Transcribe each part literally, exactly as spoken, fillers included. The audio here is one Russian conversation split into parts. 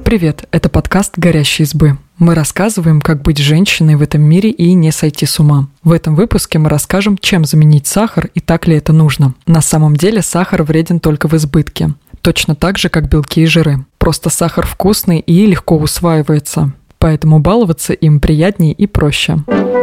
Привет, это подкаст «Горящие избы». Мы рассказываем, как быть женщиной в этом мире и не сойти с ума. В этом выпуске мы расскажем, чем заменить сахар и так ли это нужно. На самом деле сахар вреден только в избытке. Точно так же, как белки и жиры. Просто сахар вкусный и легко усваивается. Поэтому баловаться им приятнее и проще.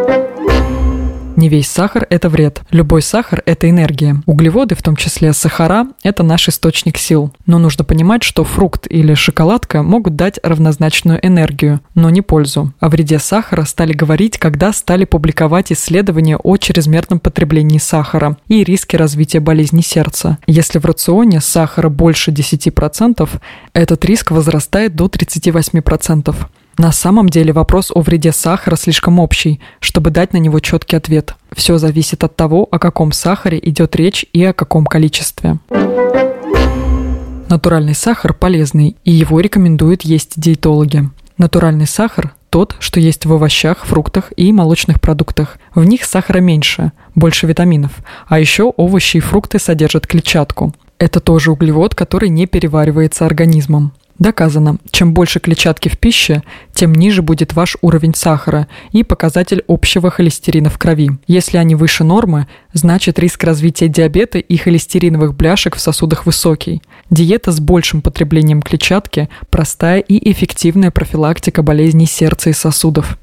Не весь сахар – это вред. Любой сахар – это энергия. Углеводы, в том числе сахара, это наш источник сил. Но нужно понимать, что фрукт или шоколадка могут дать равнозначную энергию, но не пользу. О вреде сахара стали говорить, когда стали публиковать исследования о чрезмерном потреблении сахара и риске развития болезни сердца. Если в рационе сахара больше десять процентов, этот риск возрастает до тридцать восемь процентов. На самом деле вопрос о вреде сахара слишком общий, чтобы дать на него четкий ответ. Все зависит от того, о каком сахаре идет речь и о каком количестве. Натуральный сахар полезный, и его рекомендуют есть диетологи. Натуральный сахар – тот, что есть в овощах, фруктах и молочных продуктах. В них сахара меньше, больше витаминов, а еще овощи и фрукты содержат клетчатку. Это тоже углевод, который не переваривается организмом. Доказано, чем больше клетчатки в пище, тем ниже будет ваш уровень сахара и показатель общего холестерина в крови. Если они выше нормы, значит риск развития диабета и холестериновых бляшек в сосудах высокий. Диета с большим потреблением клетчатки – простая и эффективная профилактика болезней сердца и сосудов.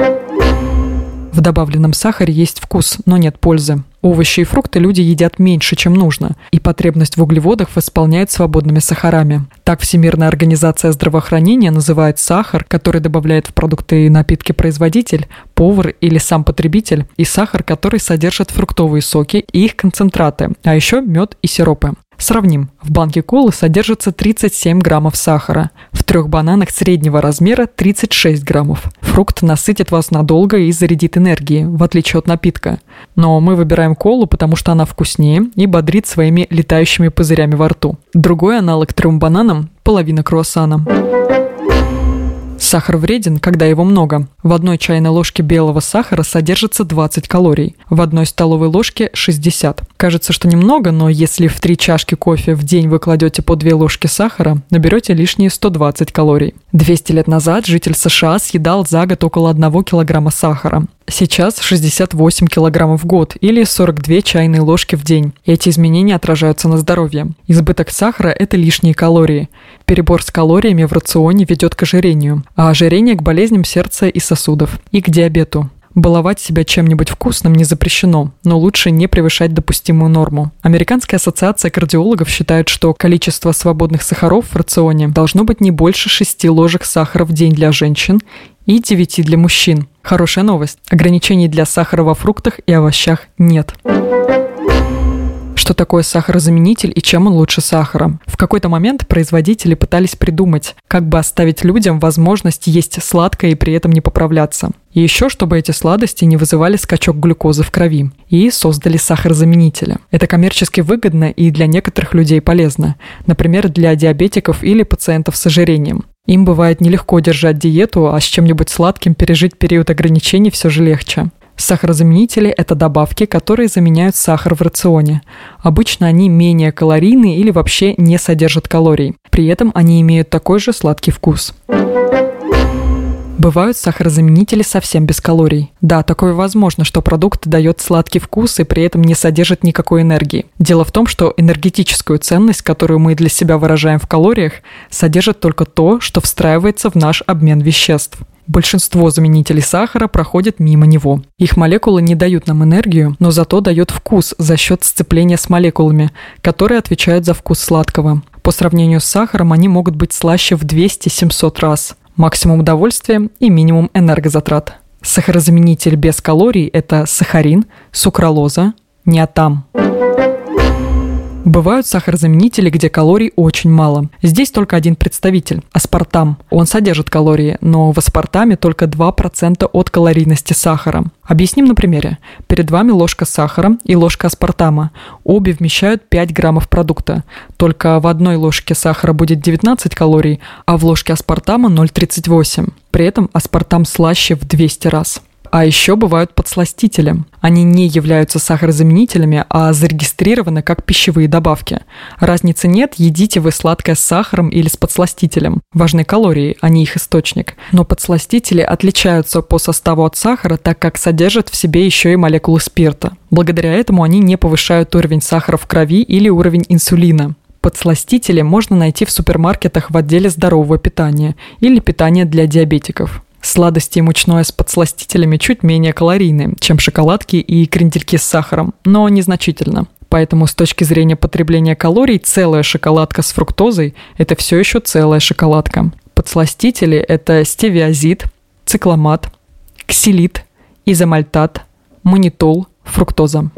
В добавленном сахаре есть вкус, но нет пользы. Овощи и фрукты люди едят меньше, чем нужно, и потребность в углеводах восполняют свободными сахарами. Так Всемирная организация здравоохранения называет сахар, который добавляет в продукты и напитки производитель, повар или сам потребитель, и сахар, который содержит фруктовые соки и их концентраты, а еще мед и сиропы. Сравним. В банке колы содержится тридцать семь граммов сахара. В трех бананах среднего размера тридцать шесть граммов. Фрукт насытит вас надолго и зарядит энергией, в отличие от напитка. Но мы выбираем колу, потому что она вкуснее и бодрит своими летающими пузырями во рту. Другой аналог трем бананам – половина круассана. Сахар вреден, когда его много. В одной чайной ложке белого сахара содержится двадцать калорий, в одной столовой ложке шестьдесят. Кажется, что немного, но если в три чашки кофе в день вы кладете по две ложки сахара, наберете лишние сто двадцать калорий. двести лет назад житель США съедал за год около одного килограмма сахара. Сейчас шестьдесят восемь килограммов в год или сорок две чайные ложки в день. Эти изменения отражаются на здоровье. Избыток сахара – это лишние калории. Перебор с калориями в рационе ведет к ожирению, а ожирение – к болезням сердца и сосудов, и к диабету. Баловать себя чем-нибудь вкусным не запрещено, но лучше не превышать допустимую норму. Американская ассоциация кардиологов считает, что количество свободных сахаров в рационе должно быть не больше шести ложек сахара в день для женщин и девяти для мужчин. Хорошая новость. Ограничений для сахара во фруктах и овощах нет. Что такое сахарозаменитель и чем он лучше сахара? В какой-то момент производители пытались придумать, как бы оставить людям возможность есть сладкое и при этом не поправляться. И еще, чтобы эти сладости не вызывали скачок глюкозы в крови. И создали сахарозаменители. Это коммерчески выгодно и для некоторых людей полезно. Например, для диабетиков или пациентов с ожирением. Им бывает нелегко держать диету, а с чем-нибудь сладким пережить период ограничений все же легче. Сахарозаменители – это добавки, которые заменяют сахар в рационе. Обычно они менее калорийны или вообще не содержат калорий. При этом они имеют такой же сладкий вкус. Бывают сахарозаменители совсем без калорий. Да, такое возможно, что продукт дает сладкий вкус и при этом не содержит никакой энергии. Дело в том, что энергетическую ценность, которую мы для себя выражаем в калориях, содержит только то, что встраивается в наш обмен веществ. Большинство заменителей сахара проходят мимо него. Их молекулы не дают нам энергию, но зато дают вкус за счет сцепления с молекулами, которые отвечают за вкус сладкого. По сравнению с сахаром они могут быть слаще в двести-семьсот раз. Максимум удовольствия и минимум энергозатрат. Сахарозаменитель без калорий – это сахарин, сукралоза, неотам. Бывают сахарозаменители, где калорий очень мало. Здесь только один представитель – аспартам. Он содержит калории, но в аспартаме только два процента от калорийности сахара. Объясним на примере. Перед вами ложка сахара и ложка аспартама. Обе вмещают пять граммов продукта. Только в одной ложке сахара будет девятнадцать калорий, а в ложке аспартама ноль целых тридцать восемь. При этом аспартам слаще в двести раз. А еще бывают подсластители. Они не являются сахарозаменителями, а зарегистрированы как пищевые добавки. Разницы нет, едите вы сладкое с сахаром или с подсластителем. Важны калории, а не их источник. Но подсластители отличаются по составу от сахара, так как содержат в себе еще и молекулы спирта. Благодаря этому они не повышают уровень сахара в крови или уровень инсулина. Подсластители можно найти в супермаркетах в отделе здорового питания или питания для диабетиков. Сладости и мучное с подсластителями чуть менее калорийны, чем шоколадки и крендельки с сахаром, но незначительно. Поэтому с точки зрения потребления калорий целая шоколадка с фруктозой – это все еще целая шоколадка. Подсластители – это стевиазид, цикламат, ксилит, изомальтат, манитол, фруктоза.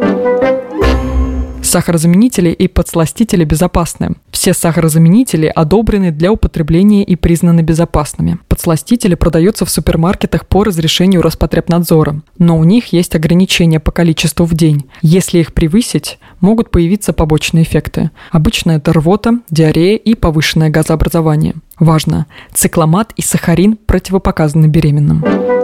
Сахарозаменители и подсластители безопасны. Все сахарозаменители одобрены для употребления и признаны безопасными. Подсластители продаются в супермаркетах по разрешению Роспотребнадзора, но у них есть ограничения по количеству в день. Если их превысить, могут появиться побочные эффекты. Обычно это рвота, диарея и повышенное газообразование. Важно! Цикламат и сахарин противопоказаны беременным.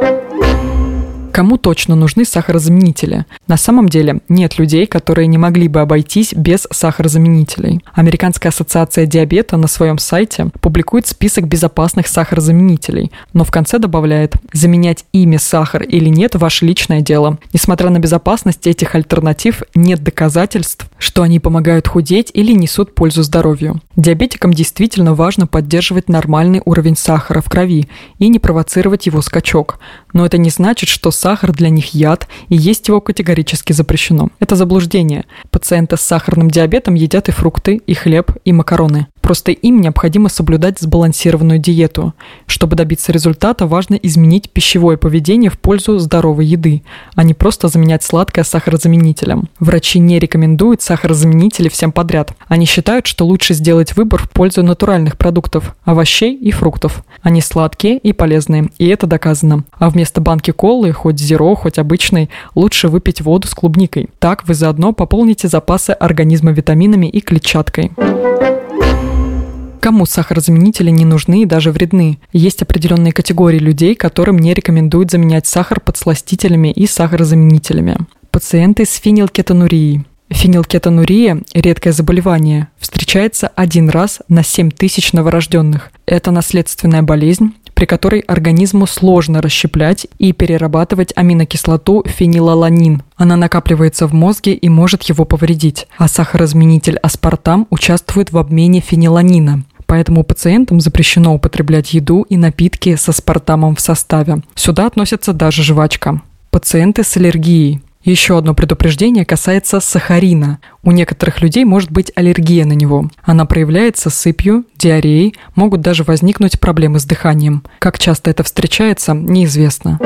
Кому точно нужны сахарозаменители? На самом деле нет людей, которые не могли бы обойтись без сахарозаменителей. Американская ассоциация диабета на своем сайте публикует список безопасных сахарозаменителей, но в конце добавляет: заменять ими сахар или нет – ваше личное дело. Несмотря на безопасность этих альтернатив, нет доказательств, что они помогают худеть или несут пользу здоровью. Диабетикам действительно важно поддерживать нормальный уровень сахара в крови и не провоцировать его скачок. Но это не значит, что сахар для них яд, и есть его категорически запрещено. Это заблуждение. Пациенты с сахарным диабетом едят и фрукты, и хлеб, и макароны. Просто им необходимо соблюдать сбалансированную диету. Чтобы добиться результата, важно изменить пищевое поведение в пользу здоровой еды, а не просто заменять сладкое сахарозаменителем. Врачи не рекомендуют сахарозаменители всем подряд. Они считают, что лучше сделать выбор в пользу натуральных продуктов, овощей и фруктов. Они сладкие и полезные, и это доказано. А вместо банки колы, хоть зеро, хоть обычной, лучше выпить воду с клубникой. Так вы заодно пополните запасы организма витаминами и клетчаткой. Кому сахарозаменители не нужны и даже вредны? Есть определенные категории людей, которым не рекомендуют заменять сахар подсластителями и сахарозаменителями. Пациенты с фенилкетонурией. Фенилкетонурия – редкое заболевание, встречается один раз на семь тысяч новорожденных. Это наследственная болезнь, при которой организму сложно расщеплять и перерабатывать аминокислоту фенилаланин. Она накапливается в мозге и может его повредить, а сахарозаменитель аспартам участвует в обмене фениланина. Поэтому пациентам запрещено употреблять еду и напитки с аспартамом в составе. Сюда относится даже жвачка. Пациенты с аллергией. Еще одно предупреждение касается сахарина. У некоторых людей может быть аллергия на него. Она проявляется сыпью, диареей, могут даже возникнуть проблемы с дыханием. Как часто это встречается, неизвестно.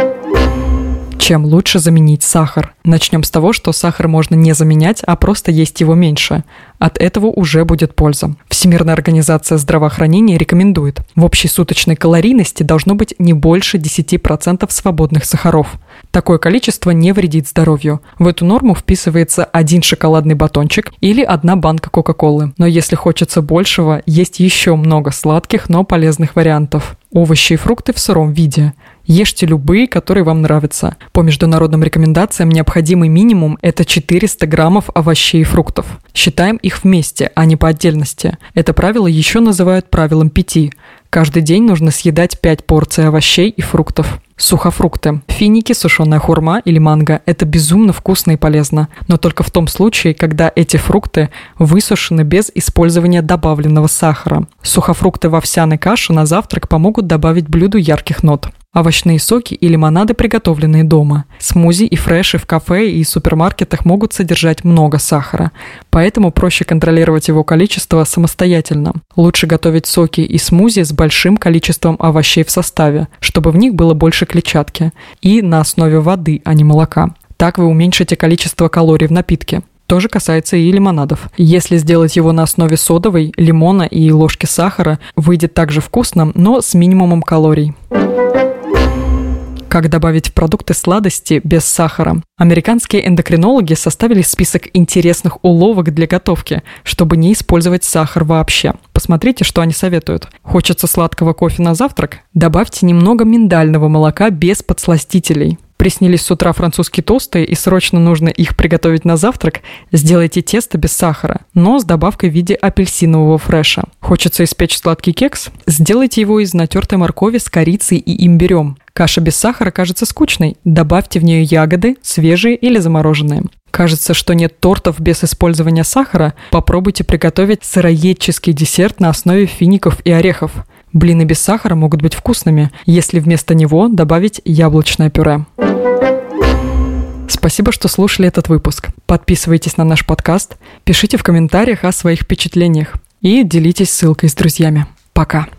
Чем лучше заменить сахар? Начнем с того, что сахар можно не заменять, а просто есть его меньше. От этого уже будет польза. Всемирная организация здравоохранения рекомендует: в общей суточной калорийности должно быть не больше десять процентов свободных сахаров. Такое количество не вредит здоровью. В эту норму вписывается один шоколадный батончик или одна банка Кока-Колы. Но если хочется большего, есть еще много сладких, но полезных вариантов. Овощи и фрукты в сыром виде. Ешьте любые, которые вам нравятся. По международным рекомендациям необходимый минимум – это четыреста граммов овощей и фруктов. Считаем их вместе, а не по отдельности. Это правило еще называют правилом пяти. Каждый день нужно съедать пять порций овощей и фруктов. Сухофрукты. Финики, сушеная хурма или манго – это безумно вкусно и полезно. Но только в том случае, когда эти фрукты высушены без использования добавленного сахара. Сухофрукты в овсяной каше на завтрак помогут добавить блюду ярких нот. Овощные соки и лимонады, приготовленные дома. Смузи и фреши в кафе и супермаркетах могут содержать много сахара, поэтому проще контролировать его количество самостоятельно. Лучше готовить соки и смузи с большим количеством овощей в составе, чтобы в них было больше клетчатки, и на основе воды, а не молока. Так вы уменьшите количество калорий в напитке. То же касается и лимонадов. Если сделать его на основе содовой, лимона и ложки сахара, выйдет также вкусно, но с минимумом калорий. Как добавить в продукты сладости без сахара? Американские эндокринологи составили список интересных уловок для готовки, чтобы не использовать сахар вообще. Посмотрите, что они советуют. Хочется сладкого кофе на завтрак? Добавьте немного миндального молока без подсластителей. Приснились с утра французские тосты и срочно нужно их приготовить на завтрак? Сделайте тесто без сахара, но с добавкой в виде апельсинового фреша. Хочется испечь сладкий кекс? Сделайте его из натертой моркови с корицей и имбирем. Каша без сахара кажется скучной. Добавьте в нее ягоды, свежие или замороженные. Кажется, что нет тортов без использования сахара? Попробуйте приготовить сыроедческий десерт на основе фиников и орехов. Блины без сахара могут быть вкусными, если вместо него добавить яблочное пюре. Спасибо, что слушали этот выпуск. Подписывайтесь на наш подкаст, пишите в комментариях о своих впечатлениях и делитесь ссылкой с друзьями. Пока!